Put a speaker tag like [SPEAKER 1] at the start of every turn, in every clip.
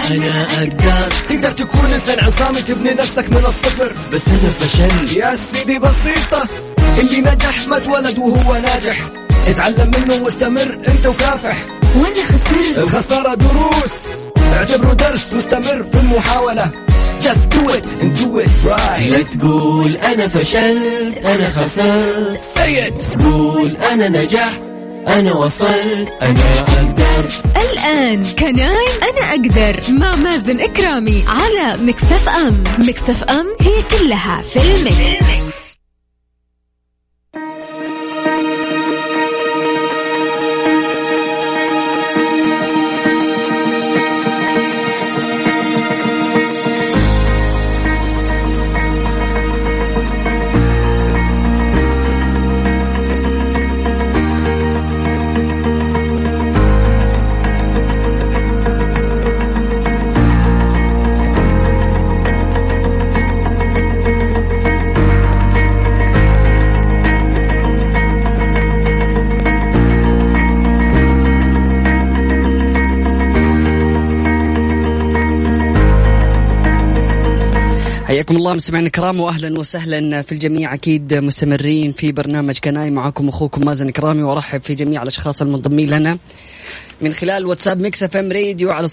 [SPEAKER 1] أنا أقدر. تقدر تكون إنسان عصامي تبني نفسك من الصفر، بس أنا فشل يا سيدي بسيطة. اللي نجح ما اتولد وهو ناجح، اتعلم منه واستمر انت وكافح.
[SPEAKER 2] وانا خسرت،
[SPEAKER 1] الخسارة دروس، اعتبره درس واستمر في المحاولة. Just do it and do it right.
[SPEAKER 3] لا تقول أنا فشلت أنا خسرت،
[SPEAKER 1] say it.
[SPEAKER 3] قول أنا نجحت أنا وصلت أنا أقدر.
[SPEAKER 2] الآن كناي أنا أقدر مع مازن إكرامي على ميكس اف ام. ميكس اف ام هي كلها في الميكس.
[SPEAKER 4] حياكم الله مستمعينا الكرام واهلا وسهلا في الجميع. اكيد مستمرين في برنامج كناي، معكم اخوكم مازن كرامي، وارحب في جميع الاشخاص المنضمين لنا من خلال واتساب ميكس اف ام راديو على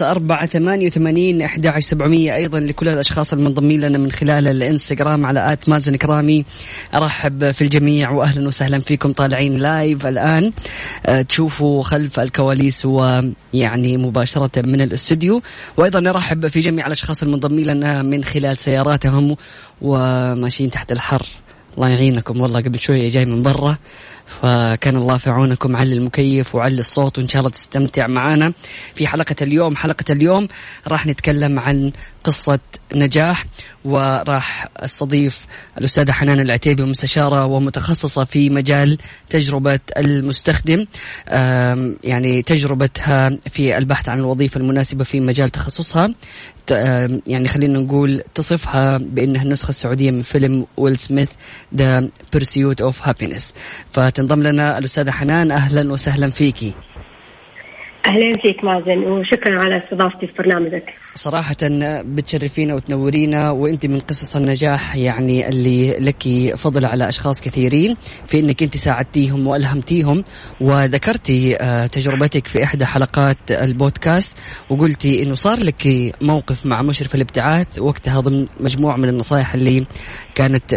[SPEAKER 4] 0548811700. ايضا لكل الاشخاص المنضمين لنا من خلال الانستغرام على @مازن كرامي. ارحب في الجميع واهلا وسهلا فيكم طالعين لايف الان، تشوفوا خلف الكواليس ويعني مباشره من الاستوديو. وايضا ارحب في جميع الاشخاص المنضمين لنا من خلال سياراتهم وماشيين تحت الحر. الله يعينكم والله، قبل شوية جاي من برا فكان الله في عونكم. علي المكيف وعلي الصوت، وإن شاء الله تستمتع معنا في حلقة اليوم. حلقة اليوم راح نتكلم عن قصة نجاح، وراح استضيف الأستاذة حنان العتيبي، مستشارة ومتخصصة في مجال تجربة المستخدم، يعني تجربتها في البحث عن الوظيفة المناسبة في مجال تخصصها. يعني خلينا نقول تصفها بأنها النسخة السعودية من فيلم ويل سميث The Pursuit of Happiness. فتنضم لنا الأستاذة حنان، أهلا وسهلا فيكي.
[SPEAKER 5] أهلا فيك مازن، وشكرا على استضافتي في برنامجك.
[SPEAKER 4] صراحة بتشرفينا وتنورينا، وانت من قصص النجاح يعني اللي لك فضل على أشخاص كثيرين في انك انت ساعدتيهم وألهمتيهم. وذكرتي تجربتك في إحدى حلقات البودكاست، وقلتي انه صار لك موقف مع مشرف الابتعاث وقتها ضمن مجموعة من النصائح اللي كانت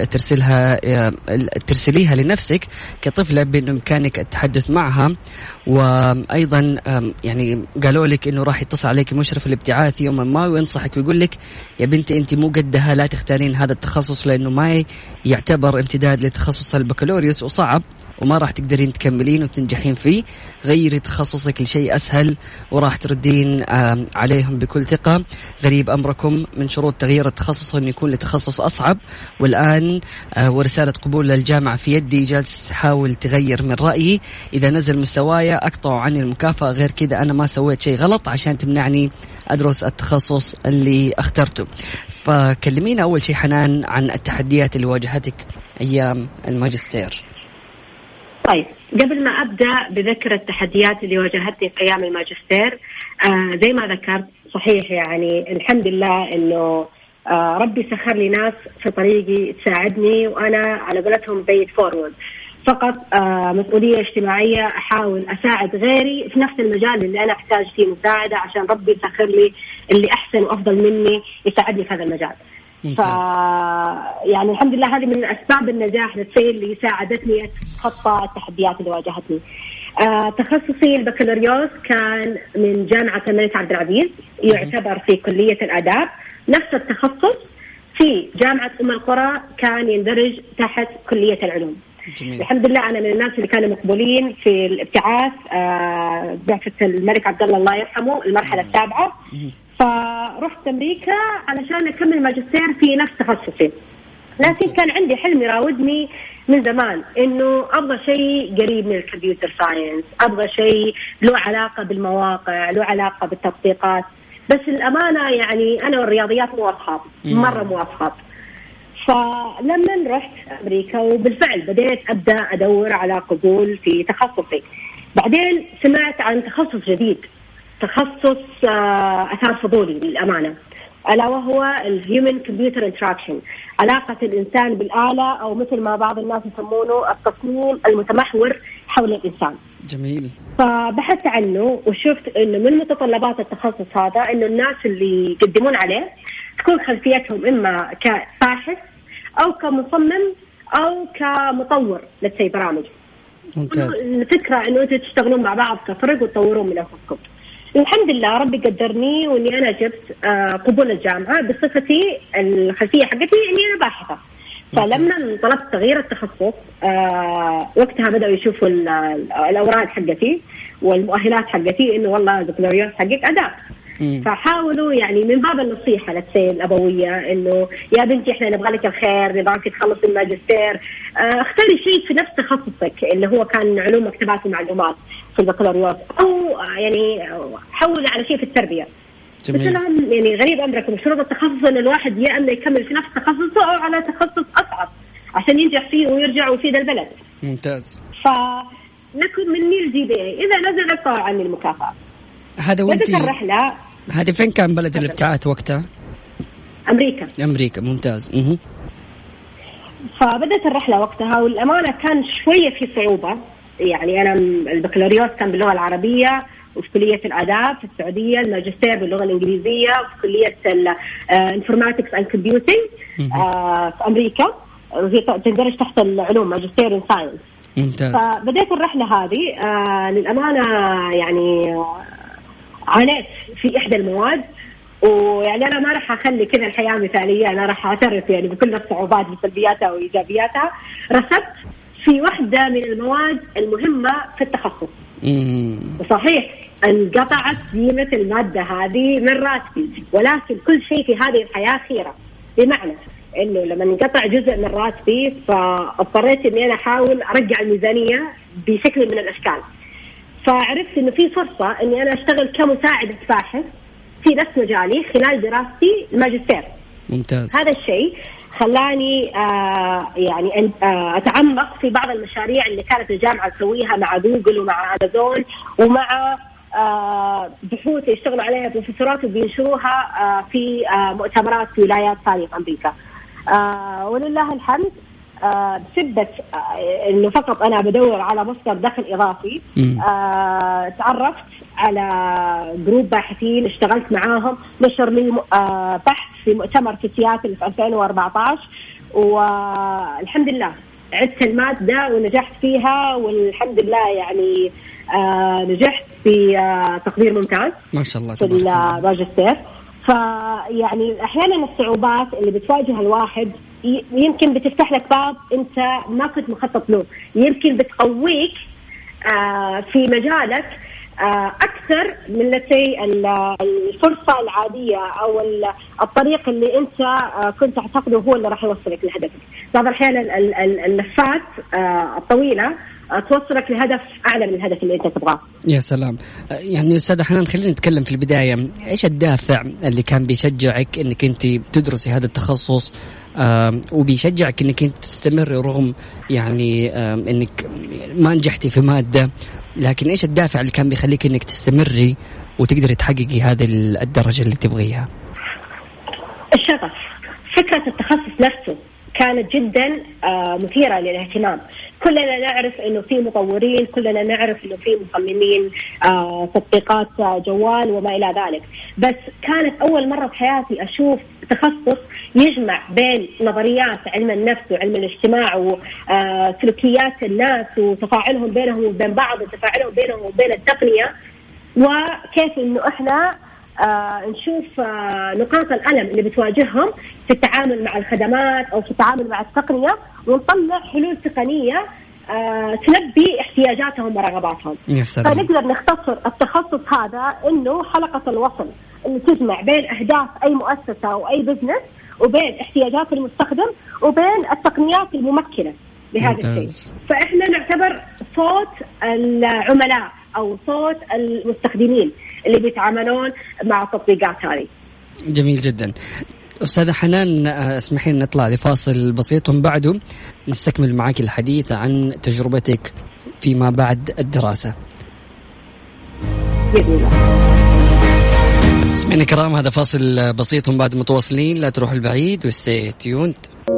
[SPEAKER 4] ترسليها لنفسك كطفلة بإمكانك التحدث معها. وأيضا يعني قالوا لك إنه راح يتصل عليك مشرف الابتعاث يوما ما وينصحك ويقول لك يا بنتي أنت مو قدها، لا تختارين هذا التخصص لأنه ما يعتبر امتداد لتخصص البكالوريوس وصعب وما راح تقدرين تكملين وتنجحين فيه. غيري تخصصك لشيء أسهل وراح تردين عليهم بكل ثقة. غريب أمركم، من شروط تغيير التخصص أن يكون لتخصص أصعب، والآن ورسالة قبول للجامعة في يدي، جالس تحاول تغير من رأيي. إذا نزل مستواي أقطعوا عني المكافأة، غير كذا أنا ما سويت شيء غلط عشان تمنعني أدرس التخصص اللي اخترته. فكلمينا أول شيء حنان عن التحديات اللي واجهتك أيام الماجستير.
[SPEAKER 5] طيب، قبل ما أبدأ بذكر التحديات اللي واجهتني في أيام الماجستير، زي ما ذكرت صحيح، يعني الحمد لله إنه ربي سخر لي ناس في طريقي تساعدني، وأنا على قولتهم بيت فورورد فقط مسؤولية اجتماعية، أحاول أساعد غيري في نفس المجال اللي أنا أحتاج فيه مساعدة عشان ربي يسخر لي اللي أحسن وأفضل مني يساعدني في هذا المجال. يعني الحمد لله هذه من أسباب النجاح للشيء اللي ساعدتني أتخطى التحديات اللي واجهتني. تخصصي البكالوريوس كان من جامعة الملك عبد العزيز، يعتبر في كلية الآداب. نفس التخصص في جامعة أم القرى كان يندرج تحت كلية العلوم. جميل. الحمد لله أنا من الناس اللي كانوا مقبولين في الابتعاث، بعثة الملك عبد الله يرحمه المرحلة السابعة. فرحت أمريكا علشان أكمل ماجستير في نفس تخصصي، لكن كان عندي حلم يراودني من زمان إنه أبغى شيء قريب من الكمبيوتر ساينس، أبغى شيء له علاقة بالمواقع، له علاقة بالتطبيقات. بس الأمانة يعني أنا والرياضيات مو أصحاب، مرة مو أصحاب. فلما رحت أمريكا وبالفعل بديت أبدأ أدور على قبول في تخصصي، بعدين سمعت عن تخصص جديد تخصص أثار فضولي للأمانة، ألا وهو الهيومن كمبيوتر انتراكشن، علاقة الإنسان بالآلة، أو مثل ما بعض الناس يسمونه التصميم المتمحور حول الإنسان.
[SPEAKER 4] جميل.
[SPEAKER 5] فبحثت عنه وشفت إنه من متطلبات التخصص هذا إنه الناس اللي يقدمون عليه تكون خلفيتهم إما كباحث أو كمصمم أو كمطور لشيء برامج.
[SPEAKER 4] ممتاز.
[SPEAKER 5] الفكرة إنه أنتوا تشتغلون مع بعض كفرق وتطورون من أنفسكم. الحمد لله ربي قدرني وإني أنا جبت قبول الجامعة بصفتي الخلفية حقتي إني أنا باحثة. فلما طلبت تغيير التخصص وقتها بدأوا يشوفوا الأوراق حقتي والمؤهلات حقتي إنه والله البكالوريوس حقك أداء. فحاولوا يعني من باب النصيحة الأبوية إنه يا بنتي إحنا نبغى لك الخير، نبغاك تخلص الماجستير، اختاري شيء في نفس تخصصك اللي هو كان علوم مكتبات ومعلومات في البكالوريوس، أو يعني حولي على شيء في التربية. مثلا يعني غريب أمركم شروط التخصص إن الواحد يا إما يكمل في نفس تخصصه أو على تخصص أصعب عشان ينجح فيه ويرجع ويفيد البلد.
[SPEAKER 4] ممتاز.
[SPEAKER 5] فلكم مني الGPA إذا نزلت طلع عني المكافأة.
[SPEAKER 4] هذا وانتي
[SPEAKER 5] الرحلة
[SPEAKER 4] هذه فين كان بلد الابتعاث وقتها؟
[SPEAKER 5] أمريكا.
[SPEAKER 4] ممتاز.
[SPEAKER 5] فبدأت الرحلة وقتها، والأمانة كان شوية في صعوبة. يعني أنا البكالوريوس كان باللغة العربية وفي كلية الآداب في السعودية، الماجستير باللغة الإنجليزية وفي كلية الانفورماتكس اند كومبيوتينج في أمريكا، وهي تندرج تحت العلوم ماجستير إن ساينس.
[SPEAKER 4] ممتاز.
[SPEAKER 5] فبدأت الرحلة هذه للأمانة يعني عانيت في إحدى المواد، ويعني أنا ما راح أخلي كذا الحياة مثالية، أنا راح أعترف يعني بكل الصعوبات بسلبياتها وإيجابياتها. رسبت في واحدة من المواد المهمة في التخصص، وصحيح انقطعت قيمة المادة هذه من راتبي، ولكن كل شيء في هذه الحياة خيرة، بمعنى إنه لما انقطع جزء من راتبي فاضطريت إني أنا أحاول أرجع الميزانية بشكل من الأشكال. فعرفت إنه في فرصة إني أنا أشتغل كمساعدة باحث في نفس مجالي خلال دراستي الماجستير.
[SPEAKER 4] ممتاز.
[SPEAKER 5] هذا الشيء خلاني يعني أتعمق في بعض المشاريع اللي كانت الجامعة تسويها مع جوجل ومع أمازون ومع بحوث يشتغلوا عليها بروفيسورات وبينشروها في مؤتمرات في ولايات ثانية في أمريكا. ولله الحمد بسبة إنه فقط أنا بدور على مصدر دخل إضافي، تعرفت على جروب باحثين اشتغلت معاهم، نشر لي بحث في مؤتمر في سياتل في 2014، والحمد لله عدت المادة ونجحت فيها، والحمد لله يعني نجحت في تقدير ممتاز
[SPEAKER 4] ما شاء الله
[SPEAKER 5] في الماجستير. فيعني أحيانا الصعوبات اللي بتواجه الواحد يمكن بتفتح لك باب أنت ما كنت مخطط له، يمكن بتقويك في مجالك أكثر من الفرصة العادية أو الطريق اللي أنت كنت تعتقده هو اللي راح يوصلك لهدفك. بعض الأحيان اللفات الطويلة توصلك لهدف أعلى من الهدف اللي أنت تبغاه.
[SPEAKER 4] يا سلام. يعني أستاذة حنان خلينا نتكلم في البداية، إيش الدافع اللي كان بيشجعك إنك أنت تدرسي هذا التخصص وبيشجعك إنك أنت تستمري رغم يعني إنك ما نجحتي في مادة، لكن إيش الدافع اللي كان بيخليك إنك تستمري وتقدري تحققي هذه الدرجة اللي تبغيها؟
[SPEAKER 5] الشغف. فكرة التخصص نفسه كانت جدا مثيرة للاهتمام. كلنا نعرف إنه في مطورين، كلنا نعرف إنه في مصممين تطبيقات جوال وما إلى ذلك، بس كانت أول مرة في حياتي أشوف تخصص يجمع بين نظريات علم النفس وعلم الاجتماع وسلوكيات الناس وتفاعلهم بينهم وبين بعض وتفاعلهم بينهم وبين التقنية، وكيف إنه إحنا نشوف نقاط الألم اللي بتواجههم في التعامل مع الخدمات أو في التعامل مع التقنية، ونطلع حلول تقنية تلبي احتياجاتهم ورغباتهم. فنقدر نختصر التخصص هذا إنه حلقة الوصل اللي تجمع بين أهداف أي مؤسسة أو أي بزنس وبين احتياجات المستخدم وبين التقنيات الممكنة لهذا الشيء. فإحنا نعتبر صوت العملاء أو صوت المستخدمين اللي بيتعاملون مع التطبيقات هذه.
[SPEAKER 4] جميل جدا. أستاذة حنان اسمحي لنا نطلع لفاصل بسيط بعده نستكمل معك الحديث عن تجربتك فيما بعد الدراسة.
[SPEAKER 5] بإذن الله.
[SPEAKER 4] سمعنا كرام، هذا فاصل بسيط بعد متواصلين، لا تروح البعيد وستي تيوند.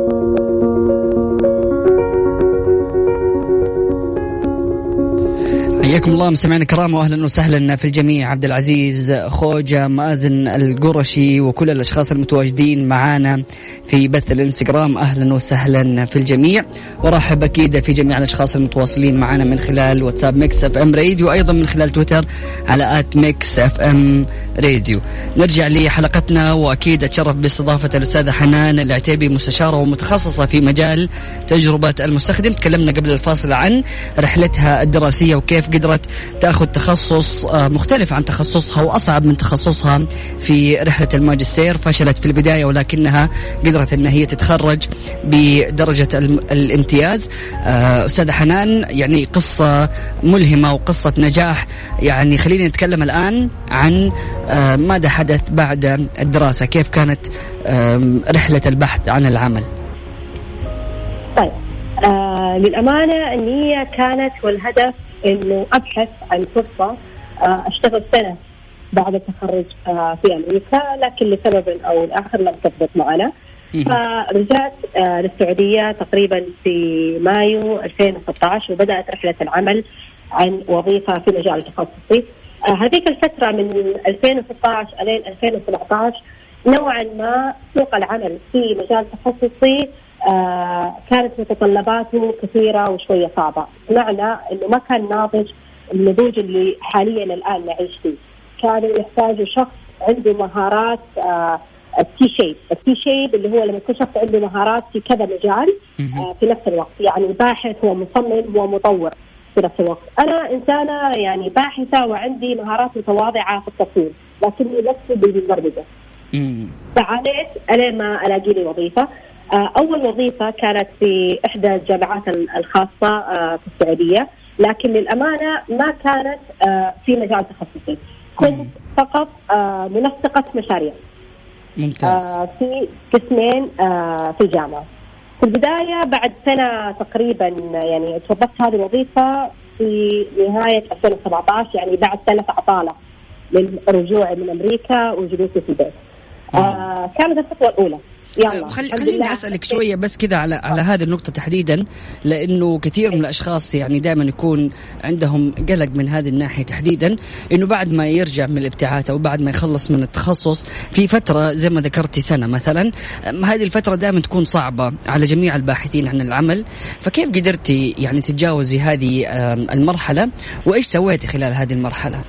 [SPEAKER 4] حياكم الله مستمعينا الكرام واهلا وسهلا في الجميع. عبد العزيز خوجة، مازن القرشي، وكل الاشخاص المتواجدين معانا في بث الانستغرام، اهلا وسهلا في الجميع. ورحب اكيد في جميع الاشخاص المتواصلين معنا من خلال واتساب ميكس اف ام راديو، ايضا من خلال تويتر على @ميكس اف ام راديو. نرجع لحلقتنا، واكيد اتشرف باستضافه الاستاذه حنان العتيبي، مستشاره ومتخصصه في مجال تجربه المستخدم. تكلمنا قبل الفاصل عن رحلتها الدراسيه وكيف قدرت تأخذ تخصص مختلف عن تخصصها وأصعب من تخصصها في رحلة الماجستير. فشلت في البداية ولكنها قدرت أن هي تتخرج بدرجة الامتياز. أستاذة حنان، يعني قصة ملهمة وقصة نجاح. يعني خلينا نتكلم الآن عن ماذا حدث بعد الدراسة، كيف كانت رحلة البحث عن العمل؟
[SPEAKER 5] طيب، للأمانة النية كانت والهدف إنه أبحث عن فرصة أشتغل سنة بعد التخرج في أمريكا، لكن لسبب أو الآخر لم تضبط معنا. فرجعت للسعودية تقريبا في مايو 2016 وبدأت رحلة العمل عن وظيفة في مجال تخصصي. هذيك الفترة من 2016 إلى 2017 نوعا ما سوق العمل في مجال تخصصي كانت متطلباته كثيرة وشوية صعبة، بمعنى إنه ما كان ناضج النضوج اللي حاليا الآن نعيش فيه. كانوا يحتاجوا شخص عنده مهارات التي شيب اللي هو لما يكون شخص عنده مهارات في كذا مجال في نفس الوقت، يعني باحث ومصمم ومطور في نفس الوقت. أنا إنسانة يعني باحثة وعندي مهارات متواضعة في التصميم، لكني لست بالبرمجة. فعانيت ألين ما ألاقي لي وظيفة. أول وظيفة كانت في إحدى الجامعات الخاصة في السعودية، لكن للأمانة ما كانت في مجال تخصصي، كنت فقط منسقة مشاريع.
[SPEAKER 4] ممتاز.
[SPEAKER 5] في قسمين في الجامعة. في البداية بعد سنة تقريبا يعني توظفت هذه الوظيفة في نهاية 2017، يعني بعد سنة عطالة للرجوع من أمريكا وجلوسي في البيت. كانت الخطوة الأولى.
[SPEAKER 4] خليني أسألك شوية بس كذا على هذه النقطة تحديدا، لأنه كثير من الأشخاص يعني دائما يكون عندهم قلق من هذه الناحية تحديدا، إنه بعد ما يرجع من الابتعاث أو بعد ما يخلص من التخصص في فترة زي ما ذكرتي سنة مثلا، هذه الفترة دائما تكون صعبة على جميع الباحثين عن العمل. فكيف قدرتي يعني تتجاوزي هذه المرحلة، وإيش سويتي خلال هذه المرحلة؟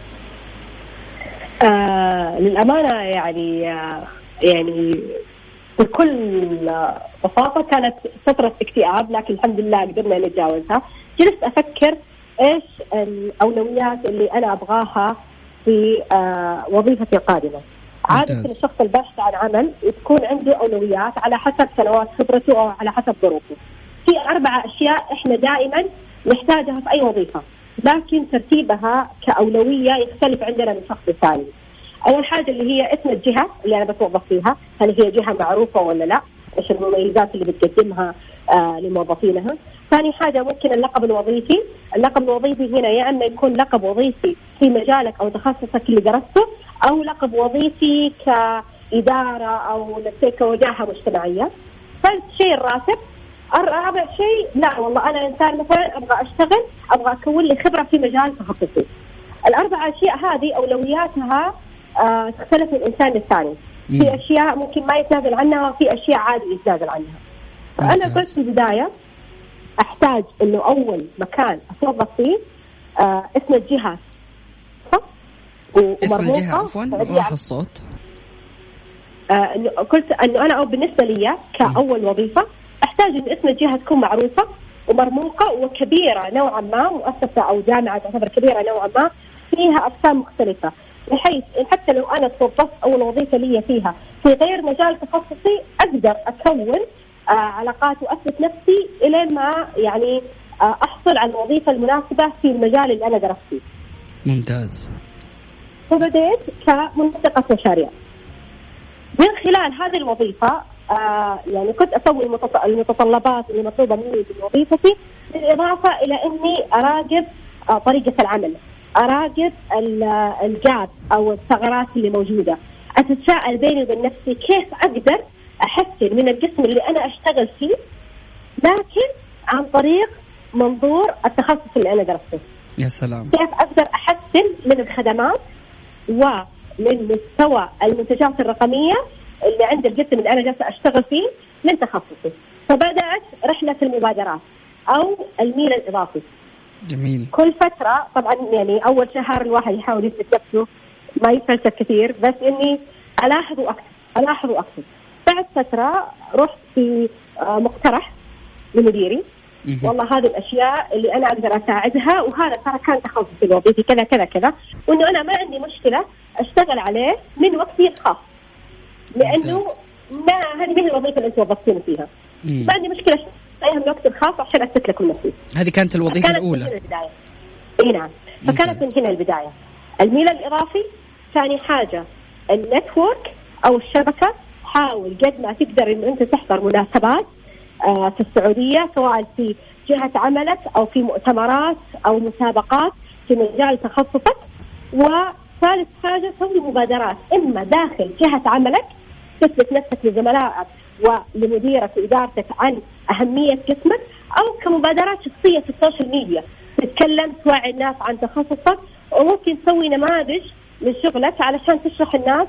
[SPEAKER 5] للأمانة يعني بكل بساطة كانت فترة اكتئاب، لكن الحمد لله قدرنا نتجاوزها. جلست أفكر إيش الأولويات اللي أنا أبغاها في وظيفتي القادمة. عادة الشخص الباحث عن عمل تكون عنده أولويات على حسب سنوات خبرته أو على حسب ظروفه. في 4 أشياء إحنا دائما نحتاجها في أي وظيفة، لكن ترتيبها كأولوية يختلف عندنا من شخص ثاني. أول حاجة اللي هي اسم الجهة اللي أنا بتوظف فيها، هل هي جهة معروفة ولا لا؟ إيش المميزات اللي بتقدمها لموظفينها؟ ثاني حاجة ممكن اللقب الوظيفي. اللقب الوظيفي هنا يا إما يكون لقب وظيفي في مجالك أو تخصصك اللي درسته، أو لقب وظيفي كإدارة أو كوجاهة مجتمعية. ثالث شيء الراتب. الرابع شيء لا والله أنا إنسان مثلا أبغى أشتغل، أبغى أكون لي خبرة في مجال تخصصي. ال4 أشياء هذه أولوياتها تختلف من إنسان للثاني. في أشياء ممكن ما يتنازل عنها وفي أشياء عادي يتنازل عنها. فأنا قلت في البداية أحتاج إنه أول مكان أتوظف فيه اسم الجهة
[SPEAKER 4] اسم الجهة عفوا راح الصوت.
[SPEAKER 5] قلت إنه أنا أو بالنسبة لي كأول وظيفة أحتاج إن اسم الجهة تكون معروفة ومرموقة وكبيرة نوعا ما، مؤسسة أو جامعة تعتبر كبيرة نوعا ما، فيها أقسام مختلفة، بحيث حتى لو أنا توظفت أول وظيفة لي فيها في غير مجال تخصصي أقدر أكون علاقات وأثبت نفسي إلى ما يعني أحصل على الوظيفة المناسبة في المجال اللي أنا درست فيه.
[SPEAKER 4] ممتاز.
[SPEAKER 5] فبدأت كمنسقة مشاريع. من خلال هذه الوظيفة يعني كنت أسوي المتطلبات اللي مطلوبة مني في وظيفتي، بالإضافة إلى أني أراقب طريقة العمل. أراقب الجاب أو الثغرات اللي موجودة، أتساءل بيني وبين نفسي كيف أقدر أحسن من القسم اللي أنا أشتغل فيه، لكن عن طريق منظور التخصص اللي أنا درسته.
[SPEAKER 4] يا سلام.
[SPEAKER 5] كيف أقدر أحسن من الخدمات ومن مستوى المنتجات الرقمية اللي عند القسم اللي أنا جالسة أشتغل فيه من تخصصي. فبدأت رحلة المبادرات أو الميل الإضافي.
[SPEAKER 4] جميل.
[SPEAKER 5] كل فترة طبعا يعني أول شهر الواحد يحاول يثبت نفسه ما يفلسف كثير، بس إني ألاحظ وأكتب. بعد فترة رحت في مقترح لمديري، والله هذه الأشياء اللي أنا أقدر أساعدها، وهذا ترى كان تخصصي الوظيفي كذا كذا كذا، وإنه أنا ما عندي مشكلة أشتغل عليه من وقتي الخاص، لأنه ما هذه من الوظيفة اللي أنت وظفتيني فيها. ما عندي مشكلة أشتغل من وقتي الخاص عشان أثبت لكم نفسي.
[SPEAKER 4] هذه كانت الوظيفة الأولى.
[SPEAKER 5] نعم. فكانت من هنا البداية. الميل الإضافي ثاني حاجة النتورك أو الشبكة. حاول قد ما تقدر إنه أنت تحضر مناسبات في السعودية، سواء في جهة عملك أو في مؤتمرات أو مسابقات في مجال تخصصك. وثالث حاجة سوي مبادرات، إما داخل جهة عملك تثبت نفسك لزملائك ولمديرك وإدارتك عن أهمية قسمك، أو كمبادرات شخصية في السوشيال ميديا تتكلم توعي الناس عن تخصصك، وممكن تسوي نماذج من شغلك علشان تشرح الناس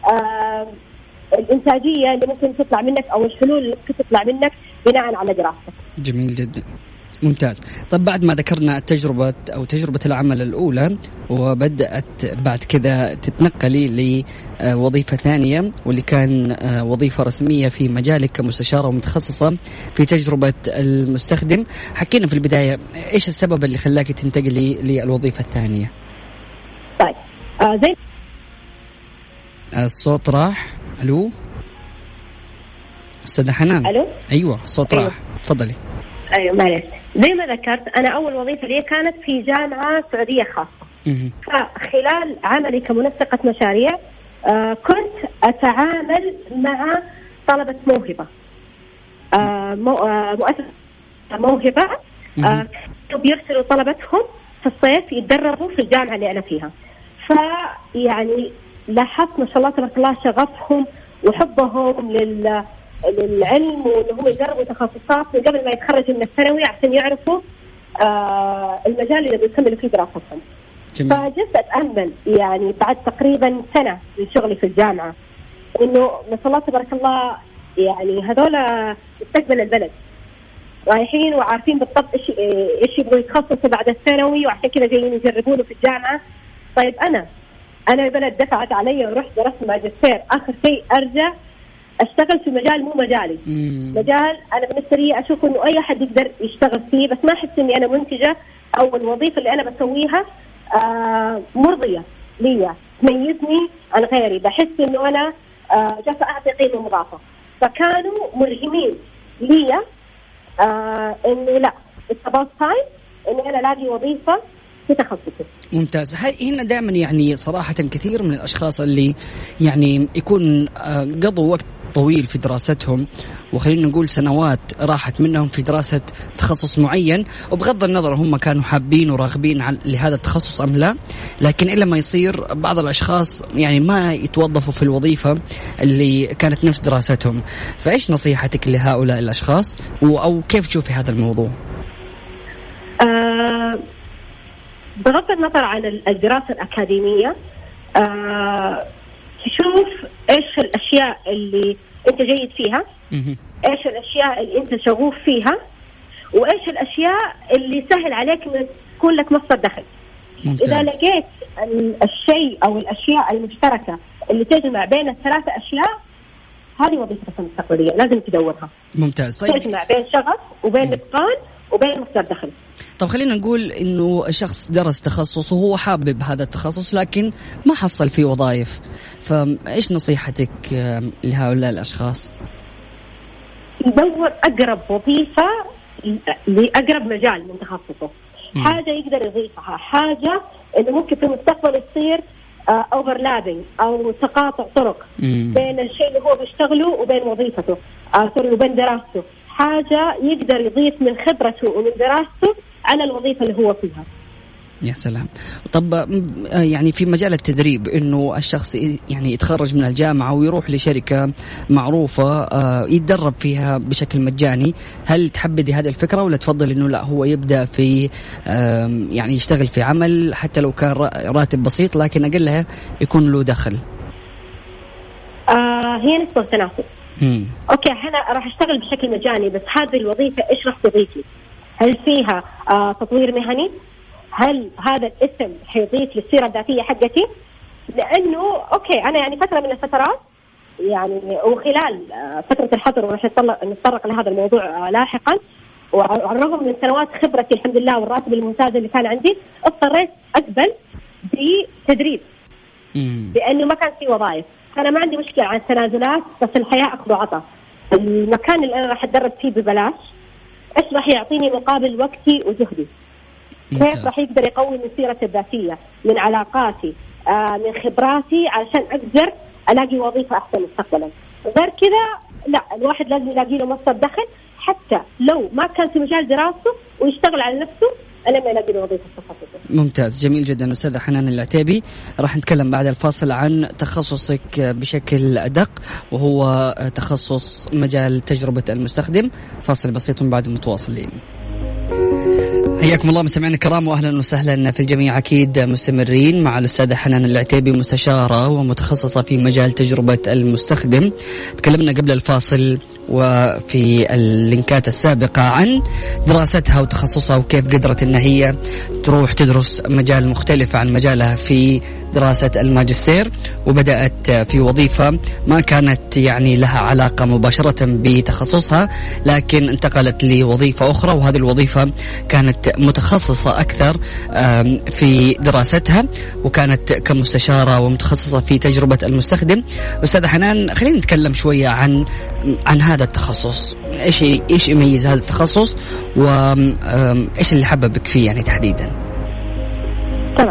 [SPEAKER 5] الإنتاجية اللي ممكن تطلع منك أو الحلول اللي ممكن تطلع منك بناء على دراستك.
[SPEAKER 4] جميل جدا، ممتاز. طب بعد ما ذكرنا تجربة العمل الأولى، وبدأت بعد كذا تتنقلي لوظيفة ثانية، واللي كان وظيفة رسمية في مجالك كمستشارة ومتخصصة في تجربة المستخدم. حكينا في البداية إيش السبب اللي خلاك تنتقلي للوظيفة الثانية؟
[SPEAKER 5] طيب زي
[SPEAKER 4] الصوت راح. ألو أستاذة حنان.
[SPEAKER 5] ألو.
[SPEAKER 4] أيوة الصوت راح. تفضلي.
[SPEAKER 5] أيوة معلش. زي ما ذكرت أنا أول وظيفة لي كانت في جامعة سعودية خاصة. فخلال عملي كمنسقة مشاريع كنت أتعامل مع طلبة موهبة، مؤسسة موهبة بيرسلوا طلبتهم في الصيف يتدربوا في الجامعة اللي أنا فيها. فيعني لاحظت ما شاء الله تبارك الله شغفهم وحبهم للعلم، وإنهم يجربوا تخصصات من قبل ما يتخرجوا من الثانوي عشان يعرفوا المجال اللي بيكملوا فيه دراستهم. فجلست أتأمل يعني بعد تقريبا سنة من شغلي في الجامعة إنه ما شاء الله تبارك الله يعني هذول مستقبل البلد، رايحين وعارفين بالضبط إيش يبغوا يتخصصوا بعد الثانوي، وعشان كذا جايين يجربونه في الجامعة. طيب أنا البلد دفعت علي ورحت درست ماجستير، آخر شيء أرجع أشتغل في مجال مو مجالي. مجال أنا بالنسبة لي أشوف إنه أي أحد يقدر يشتغل فيه، بس ما أحس إني أنا منتجة أو الوظيفة اللي أنا بسويها مرضية لي تميزني عن غيري. بحس إنه أنا جالسة أعطي قيمة مضافة. فكانوا ملهمين لي إنه لا it's about time إني أنا ألاقي وظيفة في تخصصي.
[SPEAKER 4] ممتاز. هنا دائما يعني صراحة كثير من الأشخاص اللي يعني يكون قضوا وقت طويل في دراستهم، وخلينا نقول سنوات راحت منهم في دراسة تخصص معين، وبغض النظر هم كانوا حابين وراغبين لهذا التخصص أم لا، لكن إلا ما يصير بعض الأشخاص يعني ما يتوظفوا في الوظيفة اللي كانت نفس دراستهم. فإيش نصيحتك لهؤلاء الأشخاص أو كيف تشوفي هذا الموضوع؟
[SPEAKER 5] بغض النظر عن الدراسة الأكاديمية، تشوف إيش الأشياء اللي أنت جيد فيها، إيش الأشياء اللي أنت شغوف فيها، وإيش الأشياء اللي سهل عليك إن تكون لك مصدر دخل. ممتاز. إذا لقيت الشيء أو الأشياء المشتركة اللي تجمع بين الثلاثة أشياء، هذه وظيفتك المستقبلية لازم تدورها.
[SPEAKER 4] ممتاز. طيب
[SPEAKER 5] تجمع بين شغف وبين إتقان وبين مصدر دخل.
[SPEAKER 4] طب خلينا نقول إنه شخص درس تخصص وهو حابب هذا التخصص لكن ما حصل فيه وظائف، فإيش نصيحتك لهؤلاء الأشخاص؟
[SPEAKER 5] يدور أقرب وظيفة لأقرب مجال من تخصصه. حاجة يقدر يضيفها، حاجة إنه ممكن في المستقبل يصير overlapping أو تقاطع طرق بين الشيء اللي هو بيشتغله وبين وظيفته وبين دراسته. حاجة يقدر يضيف من خبرته ومن دراسته على الوظيفة اللي هو فيها.
[SPEAKER 4] يا سلام. طب يعني في مجال التدريب إنه الشخص يعني يتخرج من الجامعة ويروح لشركة معروفة يتدرب فيها بشكل مجاني، هل تحبذي هذه الفكرة ولا تفضل إنه لا هو يبدأ في يعني يشتغل في عمل حتى لو كان راتب بسيط لكن أقلها يكون له دخل؟
[SPEAKER 5] هي نسبة وتناسب. أوكي أنا راح أشتغل بشكل مجاني، بس هذه الوظيفة إيش راح تضيف لي؟ هل فيها تطوير مهني؟ هل هذا الاسم حيضيف للسيرة الذاتية حقتي؟ لأنه أوكي أنا يعني فترة من الفترات يعني وخلال فترة الحظر ورح نتطرق لهذا الموضوع لاحقا، وعلى الرغم من سنوات خبرتي الحمد لله والراتب الممتاز اللي كان عندي اضطريت أقبل بتدريب لأنه ما كان في وظائف. أنا ما عندي مشكلة عن التنازلات، بس الحياة أخذ وعطاء. المكان اللي أنا راح أتدرب فيه ببلاش إيش راح يعطيني مقابل وقتي وجهدي؟ كيف راح يقدر يقوي من سيرتي الذاتية، من علاقاتي، من خبراتي، علشان أقدر ألاقي وظيفة أحسن مستقبلا. غير كذا لا، الواحد لازم يلاقي له مصدر دخل حتى لو ما كان في مجال دراسته، ويشتغل على نفسه لما يلاقي له وظيفة تخصصه.
[SPEAKER 4] ممتاز، جميل جدا أستاذة حنان العتيبي. راح نتكلم بعد الفاصل عن تخصصك بشكل أدق وهو تخصص مجال تجربة المستخدم. فاصل بسيط بعد متواصلين. حياكم الله مستمعينا الكرام واهلا وسهلا في الجميع. اكيد مستمرين مع الاستاذه حنان العتيبي، مستشاره ومتخصصه في مجال تجربه المستخدم. تكلمنا قبل الفاصل وفي اللينكات السابقه عن دراستها وتخصصها وكيف قدرت ان هي تروح تدرس مجال مختلف عن مجالها في دراسة الماجستير، وبدأت في وظيفة ما كانت يعني لها علاقة مباشرة بتخصصها، لكن انتقلت لوظيفة أخرى، وهذه الوظيفة كانت متخصصة أكثر في دراستها، وكانت كمستشارة ومتخصصة في تجربة المستخدم. أستاذة حنان، خلينا نتكلم شوية عن هذا التخصص. إيش يميز هذا التخصص وإيش اللي حببك فيه يعني تحديدا؟
[SPEAKER 5] تمام.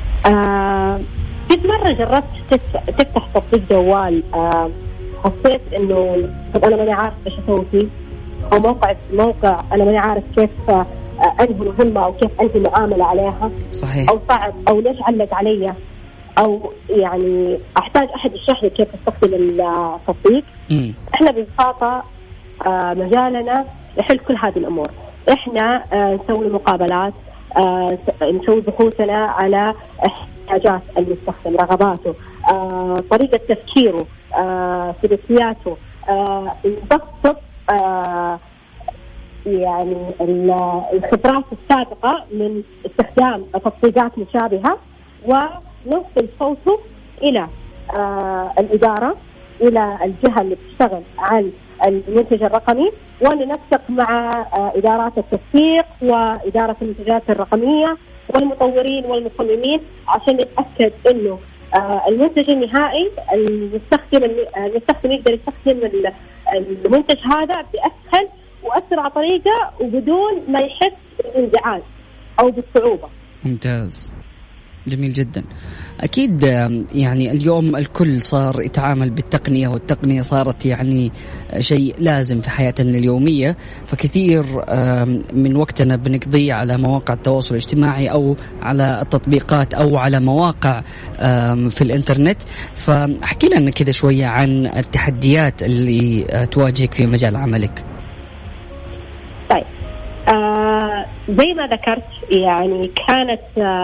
[SPEAKER 5] قد مرة جربت تفتح تطبيق جوال، حسيت إنه طب أنا ماني عارف إيش أسوي فيه، أو موقع أنا ماني عارف كيف أنهي مهمة أو كيف أنهي معاملة عليها.
[SPEAKER 4] صحيح.
[SPEAKER 5] أو صعب، أو ليش علق علي، أو يعني أحتاج أحد يشرح لي كيف أستخدم التطبيق. إحنا ببساطة مجالنا يحل كل هذه الأمور. إحنا نسوي مقابلات، نسوي بحوثنا على احتياجات المستخدم، رغباته، طريقة تفكيره، سلوكياته، نبسط يعني الخبرات السابقة من استخدام تطبيقات مشابهة، ونوصل صوته إلى الإدارة، إلى الجهة اللي بتشتغل عن المنتج الرقمي، وننسق مع إدارات التسويق وإدارة المنتجات الرقمية والمطورين والمصممين عشان نتأكد إنه المنتج النهائي المستخدم يقدر يستخدم المنتج هذا بأسهل وأسرع طريقة وبدون ما يحس بالانزعاج أو بالصعوبة.
[SPEAKER 4] ممتاز، جميل جدا. أكيد يعني اليوم الكل صار يتعامل بالتقنية، والتقنية صارت يعني شيء لازم في حياتنا اليومية، فكثير من وقتنا بنقضيه على مواقع التواصل الاجتماعي أو على التطبيقات أو على مواقع في الإنترنت. فاحكي لنا كذا شوية عن التحديات اللي تواجهك في مجال عملك.
[SPEAKER 5] طيب، زي ما ذكرت يعني كانت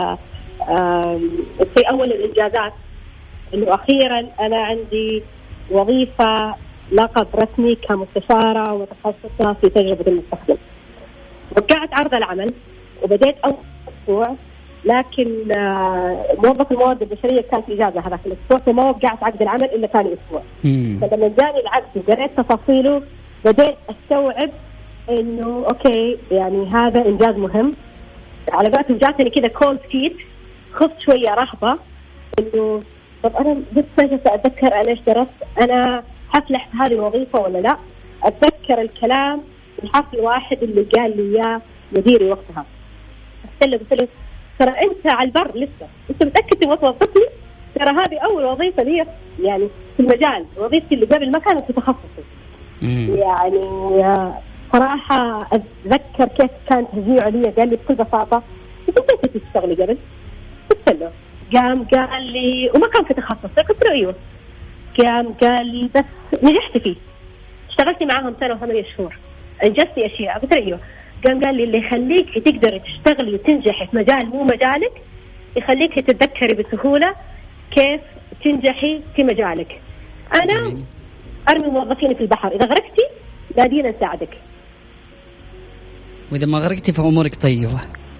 [SPEAKER 5] في أول الإنجازات إنه أخيرا أنا عندي وظيفة لقب رسمي كمستشارة وتخصصة في تجربة المستخدم. وقعت عرض العمل وبدأت أول أسبوع، لكن موظف الموارد البشرية كان في إجازة هذاك الأسبوع، فما وقعت عقد العمل إلا ثاني أسبوع. فلما جاني العقد وقريت تفاصيله بدأت أستوعب إنه أوكي يعني هذا إنجاز مهم. على قولتهم جاتني كذا كولد فيت، خفت شوية رهبة إنه طب أنا بس أتذكر أنا إيش درست، أنا حفلح في هذه الوظيفة ولا لا. أتذكر الكلام الحرف الواحد اللي قال لي إياه مديري وقتها، قلت له ترى أنت على البر لسه، أنت متأكد تبغى توظفني؟ ترى هذه أول وظيفة لي يعني في المجال، وظيفتي اللي قبل ما كانت في تخصصي. يعني صراحة أتذكر كيف كان تشجيعه لي، قال لي بكل بساطة أنت كنت تشتغلي قبل؟ قلت له. قال لي وما كان في تخصصي. قلت له أيوه. قال لي بس نجحت فيه، اشتغلتي معاهم 1 سنة و8 شهور، أنجزتي أشياء. قلت له أيوه. قال لي اللي يخليك تقدري تشتغلي وتنجحي في مجال مو مجالك يخليك تتذكري بسهولة كيف تنجحي في مجالك. أنا أرمي موظفيني في البحر، إذا غرقتي نادينا نساعدك،
[SPEAKER 4] وإذا ما غرقتي فأمورك طيبة.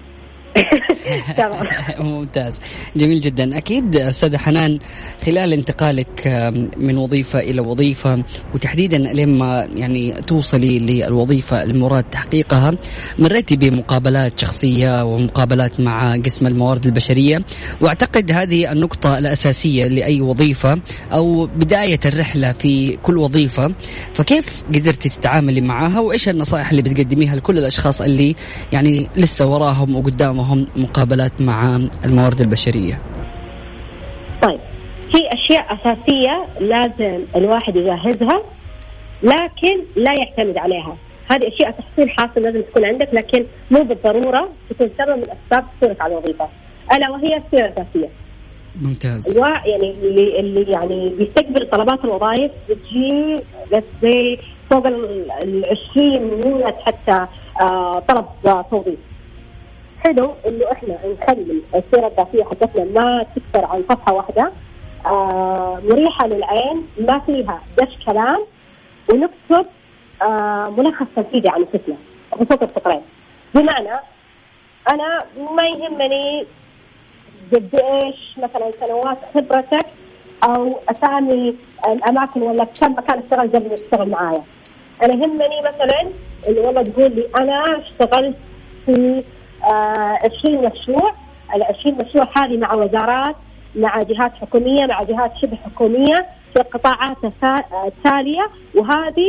[SPEAKER 4] ممتاز، جميل جدا. أكيد أستاذة حنان، خلال انتقالك من وظيفة إلى وظيفة، وتحديدا لما يعني توصلي للوظيفة المراد تحقيقها، مريتي بمقابلات شخصية ومقابلات مع قسم الموارد البشرية، وأعتقد هذه النقطة الأساسية لأي وظيفة أو بداية الرحلة في كل وظيفة. فكيف قدرتي تتعاملي معها، وإيش النصائح اللي بتقدميها لكل الأشخاص اللي يعني لسه وراهم وقدامهم مقابلات مع الموارد البشرية؟
[SPEAKER 5] طيب، في أشياء أساسية لازم الواحد يجهزها لكن لا يعتمد عليها. هذه أشياء تحصيل حاصل لازم تكون عندك، لكن مو بالضرورة تكون سبب من أسباب حصولك على الوظيفة، ألا وهي السيرة الذاتية.
[SPEAKER 4] ممتاز.
[SPEAKER 5] يعني اللي يعني بيستقبل طلبات الوظائف بتجي زي فوق 20 حتى طلب توظيف. حلو إنه إحنا نخلي السيرة الذاتية حقتنا ما تكثر عن صفحة واحدة، مريحة للعين، ما فيها دش كلام، ونكتب ملخص تنفيذي عن نفسنا بفوق السطرين. بمعنى أنا ما يهمني قد إيش مثلا سنوات خبرتك أو أسامي الأماكن ولا كم مكان اشتغل قبل يشتغل معايا. أنا يهمني مثلا اللي والله تقول لي أنا اشتغلت في 20 مشروع. 20 مشروع هذه مع وزارات، مع جهات حكومية، مع جهات شبه حكومية، في قطاعات تالية، وهذه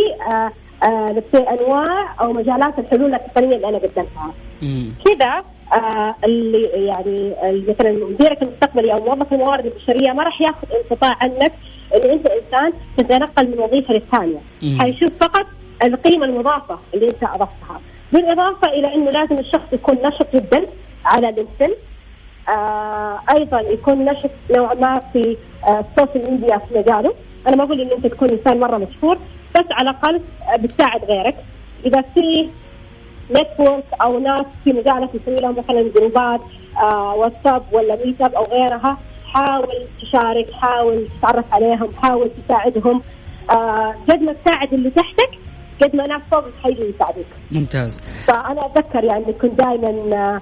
[SPEAKER 5] أنواع أو مجالات الحلول التقنية اللي أنا قدمتها. كذا اللي يعني مثلا مديرك المستقبلي أو موظف الموارد البشرية ما راح ياخذ انقطاع عنك إن أنت إنسان تتنقل من وظيفة للثانية، حيشوف فقط القيمة المضافة اللي أنت أضفتها، بالإضافة إلى أنه لازم الشخص يكون نشط جدا على لينكدين، أيضا يكون نشط نوعا ما في السوشيال ميديا في مجاله. أنا ما أقول إن أنت تكون إنسان مرة مشهور، بس على الأقل بتساعد غيرك. إذا في نتورك أو ناس في مجالك يسوي لهم مثلا جروبات واتساب ولا ميتاب أو غيرها، حاول تشارك، حاول تتعرف عليهم، حاول تساعدهم. قد ما تساعد اللي تحتك قد ما ناس فوق حيجوا يساعدوك.
[SPEAKER 4] ممتاز.
[SPEAKER 5] فأنا أتذكر يعني كنت دائما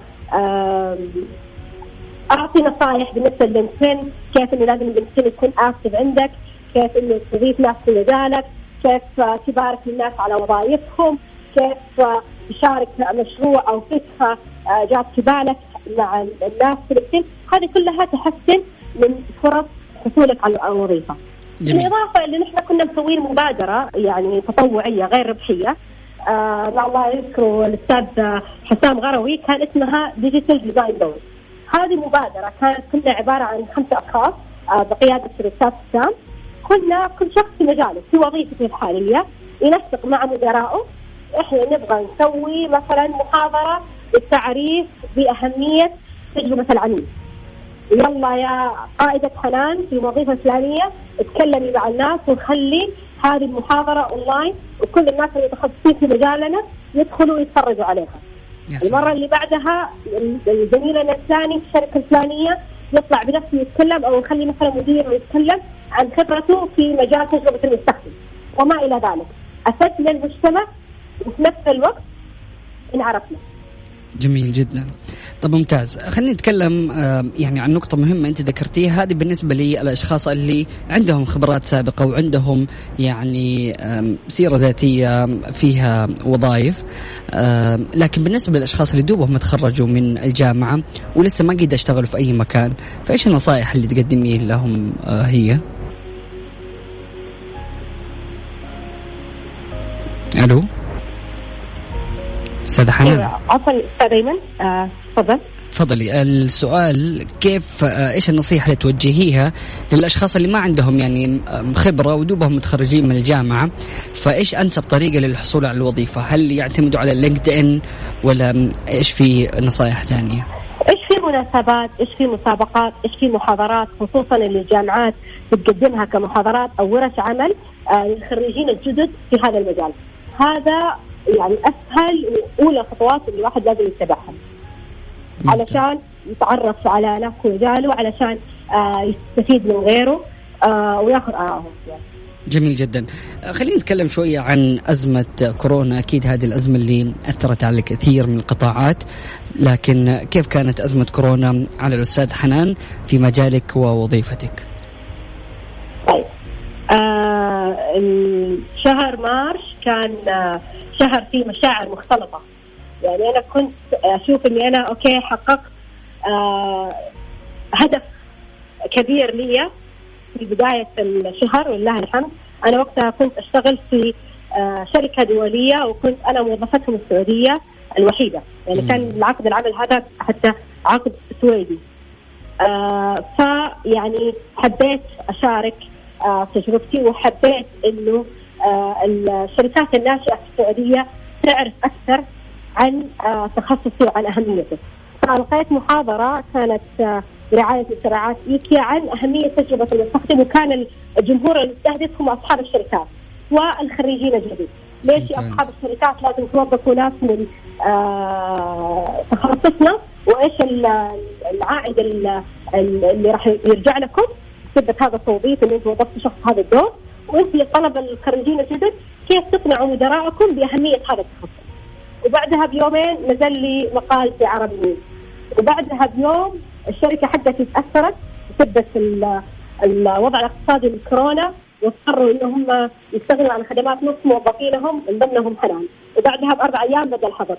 [SPEAKER 5] أعطي نصائح بالنسبة لللينكدين، كيف إنه لازم اللينكدين يكون أكتف عندك، كيف إنه تضيف ناس في مجالك، كيف تبارك للناس على وظائفهم، كيف تشارك مشروع أو فكرة جات في بالك مع الناس في اللينكدين. هذه كلها تحسن من فرص حصولك على الوظيفة. بالإضافة اللي نحن كنا مسوين مبادرة يعني تطوعية غير ربحية مع الله يذكره الأستاذ حسام غروي، كان اسمها ديجيتال ديزاين دور. هذه مبادرة كنا عبارة عن 5 أشخاص بقيادة الأستاذ حسام. كل شخص في مجاله في وظيفته الحالية ينسق مع مدراءه، إحنا نبغى نسوي مثلا محاضرة للتعريف بأهمية تجربة العميل. يلا يا قائدة حنان في وظيفة فلانية اتكلمي مع الناس ونخلي هذه المحاضرة أونلاين، وكل الناس اللي متخصصين في مجالنا يدخلوا ويتفرجوا عليها. المرة اللي بعدها زميلنا الثاني في الشركة الفلانية يطلع بنفسه يتكلم، أو نخلي مثلا مدير يتكلم عن خبرته في مجال تجربة المستخدم وما إلى ذلك. أفدنا المجتمع وفي نفس الوقت انعرفنا.
[SPEAKER 4] جميل جدا. طب ممتاز، خلينا نتكلم يعني عن نقطة مهمة أنت ذكرتيها، هذه بالنسبة للأشخاص اللي عندهم خبرات سابقة وعندهم يعني سيرة ذاتية فيها وظائف، لكن بالنسبة للأشخاص اللي دوبهم تخرجوا من الجامعة ولسه ما قد اشتغلوا في أي مكان، فإيش النصائح اللي تقدميه لهم هي؟ ألو أستاذ حنان.
[SPEAKER 5] عفوا أستاذ أيمن،
[SPEAKER 4] تفضلي. السؤال كيف إيش النصيحة اللي توجهيها للأشخاص اللي ما عندهم يعني خبرة ودوبهم متخرجين من الجامعة، فإيش أنسب طريقة للحصول على الوظيفة؟ هل يعتمدوا على لينكد إن ولا إيش في نصائح ثانية؟
[SPEAKER 5] إيش في مناسبات، إيش في مسابقات، إيش في محاضرات، خصوصا اللي الجامعات بتقدمها كمحاضرات أو ورش عمل للخريجين الجدد في هذا المجال. هذا يعني أسهل وأولى خطوات اللي الواحد لازم يتبعها علشان يتعرف على ناس في مجاله، علشان يستفيد من غيره وياخذ آراءهم.
[SPEAKER 4] جميل جدا. خلينا نتكلم شوية عن أزمة كورونا. أكيد هذه الأزمة اللي أثرت على الكثير من القطاعات، لكن كيف كانت أزمة كورونا على الأستاذ حنان في مجالك ووظيفتك؟
[SPEAKER 5] طيب شهر مارس كان شهر فيه مشاعر مختلطة. يعني أنا كنت أشوف إني أنا أوكي حققت هدف كبير لي في بداية الشهر ولله الحمد. أنا وقتها كنت أشتغل في شركة دولية، وكنت أنا موظفتهم السعودية الوحيدة. يعني كان العقد العمل هذا حتى عقد سويدي. فيعني حبيت أشارك تجربتي، وحبيت إنه الشركات الناشئة في السعودية تعرف أكثر عن تخصصي وعن أهميته. فألقيت محاضرة كانت برعاية مشروعات إيكيا عن أهمية تجربة المستخدم، وكان الجمهور المستهدف هم أصحاب الشركات والخريجين الجديد. ليش أصحاب الشركات لازم توظفوا ناس من تخصصنا، وإيش العائد اللي راح يرجع لكم بسبب هذا التوظيف اللي أنتم وظفتوا شخص هذا الدور، وأنتم لطلب الخريجين الجدد كيف تقنعوا مدراءكم بأهمية هذا التخصص. وبعدها بيومين نزل لي مقال في عربي، وبعدها بيوم الشركة حقتي تأثرت بسبب الوضع الاقتصادي للكورونا، واضطروا إنهم يستغنوا عن خدمات نص موظفينهم من ضمنهم حنان. وبعدها ب4 أيام بدأ الحظر.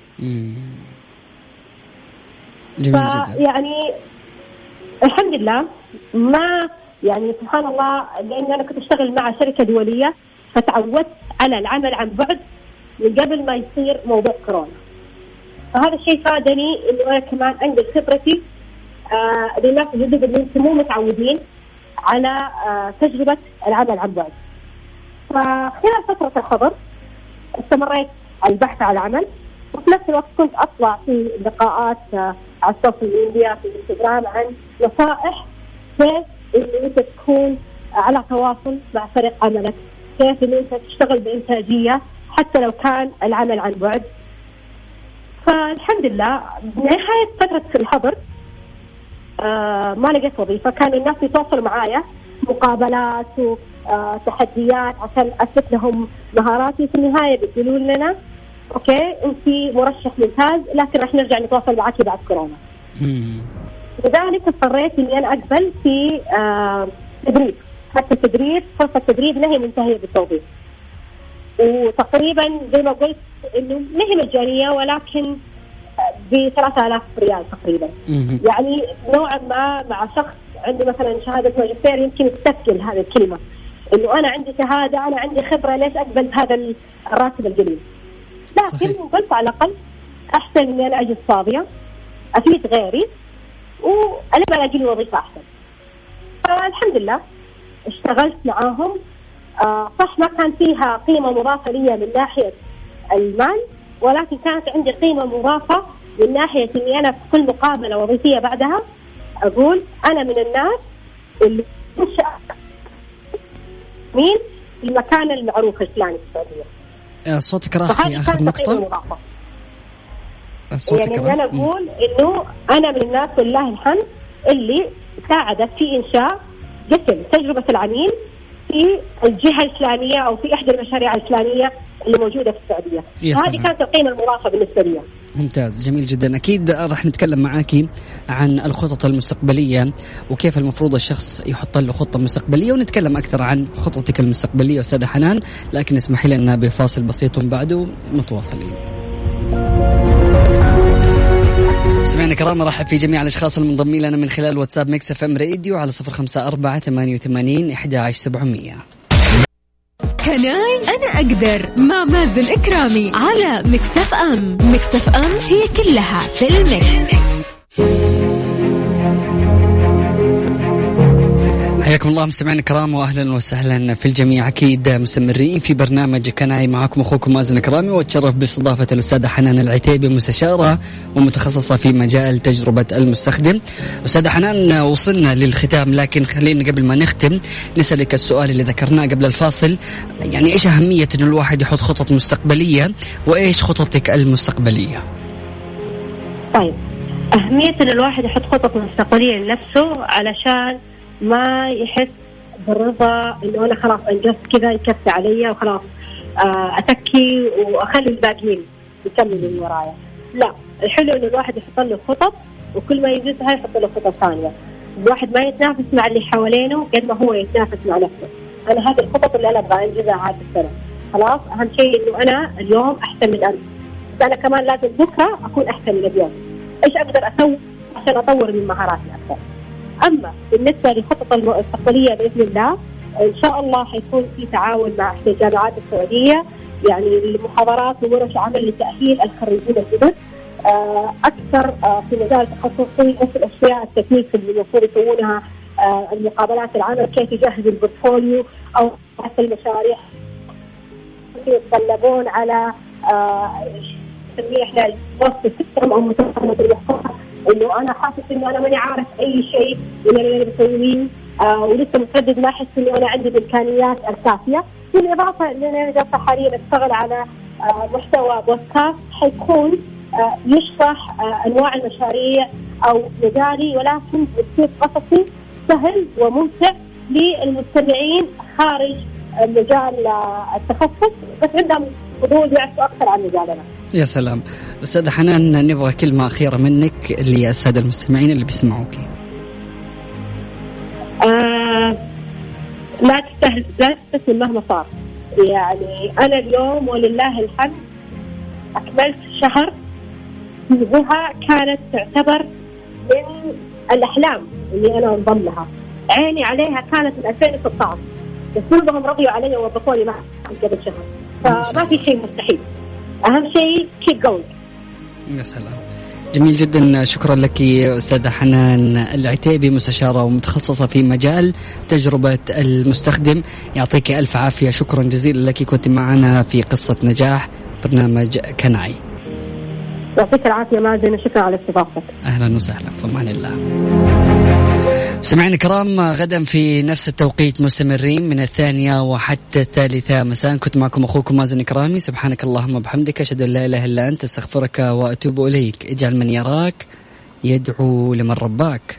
[SPEAKER 5] يعني الحمد لله ما يعني سبحان الله، لأن أنا كنت أشتغل مع شركة دولية فتعودت على العمل عن بعد من قبل ما يصير موضوع كورونا. فهذا الشيء فادني إنه أنا كمان أنقل خبرتي للناس الجدد اللي انتم مو متعودين على تجربة العمل عن بعد. فخلال فترة الحظر استمريت على البحث عن عمل، وفي نفس الوقت كنت أطلع في لقاءات على السوشيال ميديا في الانستغرام عن نصائح كيف إن أنت تكون على تواصل مع فريق عملك، كيف إن أنت تشتغل بإنتاجية حتى لو كان العمل عن بعد. فالحمد لله بنهاية فترة الحظر ما لقيت وظيفة. كان الناس يتواصلوا معايا مقابلات وتحديات عشان أثبت لهم مهاراتي. في النهاية بيقولوا لنا أوكي أنت مرشح ممتاز، لكن رح نرجع نتواصل معك بعد كورونا. لذلك اضطريت إني أنا أقبل في تدريب. حتى التدريب فرصة التدريب ما هي منتهية بالتوظيف، وتقريبا زي ما قلت إنه ما هي مجانية، ولكن ب3000 ريال تقريبا. يعني نوعا ما مع شخص عنده مثلا شهادة ماجستير يمكن يستثقل هذه الكلمة، إنه أنا عندي شهادة، أنا عندي خبرة، ليش أقبل هذا الراتب القليل؟ لكن قلت على الأقل أحسن إني أنا أجلس فاضية أفيد غيري وأنا ألاقي لي وظيفة أحسن. فالحمد لله اشتغلت معاهم. صح ما كان فيها قيمة مضافة لي من ناحية المال، ولكن كانت عندي قيمة مضافة من ناحية إني أنا في كل مقابلة وظيفية بعدها أقول أنا من الناس اللي مين المكان المعروف الفلاني في السعودية.
[SPEAKER 4] صوتك راح في آخر نقطة.
[SPEAKER 5] يعني أنا أقول إنه أنا من الناس لله الحمد اللي ساعدت في إنشاء قسم تجربة العميل في الجهة الفلانية أو في إحدى المشاريع الفلانية اللي موجودة في السعودية. هذه كانت القيمة المضافة بالنسبة لي.
[SPEAKER 4] ممتاز، جميل جدا. أكيد راح نتكلم معاكي عن الخطط المستقبلية وكيف المفروض الشخص يحط له خطة مستقبلية، ونتكلم أكثر عن خطتك المستقبلية أستاذة حنان، لكن اسمحي لنا بفاصل بسيط بعده متواصلين. سمعنا كرام، رحب في جميع الأشخاص المنضمين لنا من خلال واتساب ميكس اف ام راديو على 0548811700.
[SPEAKER 2] كناي أنا أقدر مع مازن إكرامي على ميكس اف ام. ميكس اف ام هي كلها في الميكس.
[SPEAKER 4] حياكم الله مستمعينا الكرام واهلا وسهلا في الجميع. اكيد مستمرين في برنامج كناي، معكم اخوكم مازن كرامي، واتشرف باستضافه الاستاذه حنان العتيبي، مستشاره ومتخصصه في مجال تجربه المستخدم. استاذه حنان، وصلنا للختام، لكن خلينا قبل ما نختم نسالك السؤال اللي ذكرناه قبل الفاصل، يعني ايش اهميه انه الواحد يحط خطط مستقبليه، وايش خططك المستقبليه؟
[SPEAKER 5] طيب، أهمية إن الواحد يحط خطط مستقبلية لنفسه علشان ما يحس بالرضا إنه أنا خلاص أنجزت كذا يكفي علي وخلاص أتكي وأخلي الباقيين يكملوا من ورايا. لا، الحلو إنه الواحد يحط له خطط، وكل ما ينجزها يحط له خطط ثانية. الواحد ما يتنافس مع اللي حوالينه قد ما هو يتنافس مع نفسه. أنا هذه الخطط اللي أنا أبغى أنجزها هذه السنة، خلاص أهم شيء إنه أنا اليوم أحسن من أمس، بس أنا كمان لازم بكرة أكون أحسن من اليوم. إيش أقدر أسوي عشان أطور من مهاراتي أكثر. أما بالنسبة للخطط المستقبلية بإذن الله، إن شاء الله حيكون في تعاون مع إحدى الجامعات السعودية، يعني المحاضرات وورش عمل لتأهيل الخريجين الجدد أكثر في مجال تخصصي، إيش الأشياء التكنيك اللي المفروض يسوونها، المقابلات العمل، كيف يجهز البورتفوليو أو حتى المشاريع، يتطلبون على نسميه احنا البوست سيستم او متابعه المحتوى، انه انا حاسس انه انا ماني عارف اي شيء من اللي انا بسويه ولسه متردد، ما احس انه انا عندي الامكانيات الكافيه. بالاضافه ان انا جالسه حاليا اشتغل على محتوى بودكاست حيكون يشرح انواع المشاريع او مجالي، ولكن بصير قصصي سهل وممتع للمستمعين خارج مجال التخصص، بس عندهم فضول يعرفوا أكثر عن مجالنا. يا
[SPEAKER 4] سلام. أستاذة حنان، نبغى كلمة أخيرة منك للسادة المستمعين اللي بيسمعوك.
[SPEAKER 5] لا تستسلم مهما صار. يعني أنا اليوم ولله الحمد أكملت شهر فيها كانت تعتبر من الأحلام اللي أنا انضم لها، عيني عليها كانت من 2016، بس كلهم رضيوا علي ووظفوني معهم قبل شهر، فما في شيء مستحيل. أهم شيء keep going.
[SPEAKER 4] يا سلام، جميل جدا. شكرا لك أستاذة حنان العتيبي، مستشارة ومتخصصة في مجال تجربة المستخدم. يعطيك ألف عافية، شكرا جزيلا لك، كنت معنا في قصة نجاح برنامج كناي.
[SPEAKER 5] يعطيك العافية مازن، شكرا على استضافتك.
[SPEAKER 4] أهلا وسهلا، في أمان الله. سمعنا كرام، غدا في نفس التوقيت مستمرين من 2 وحتى 3 مساء. كنت معكم أخوكم مازن كرامي. سبحانك اللهم وبحمدك، أشهد أن لا إله إلا أنت، استغفرك وأتوب إليك. اجعل من يراك يدعو لمن رباك.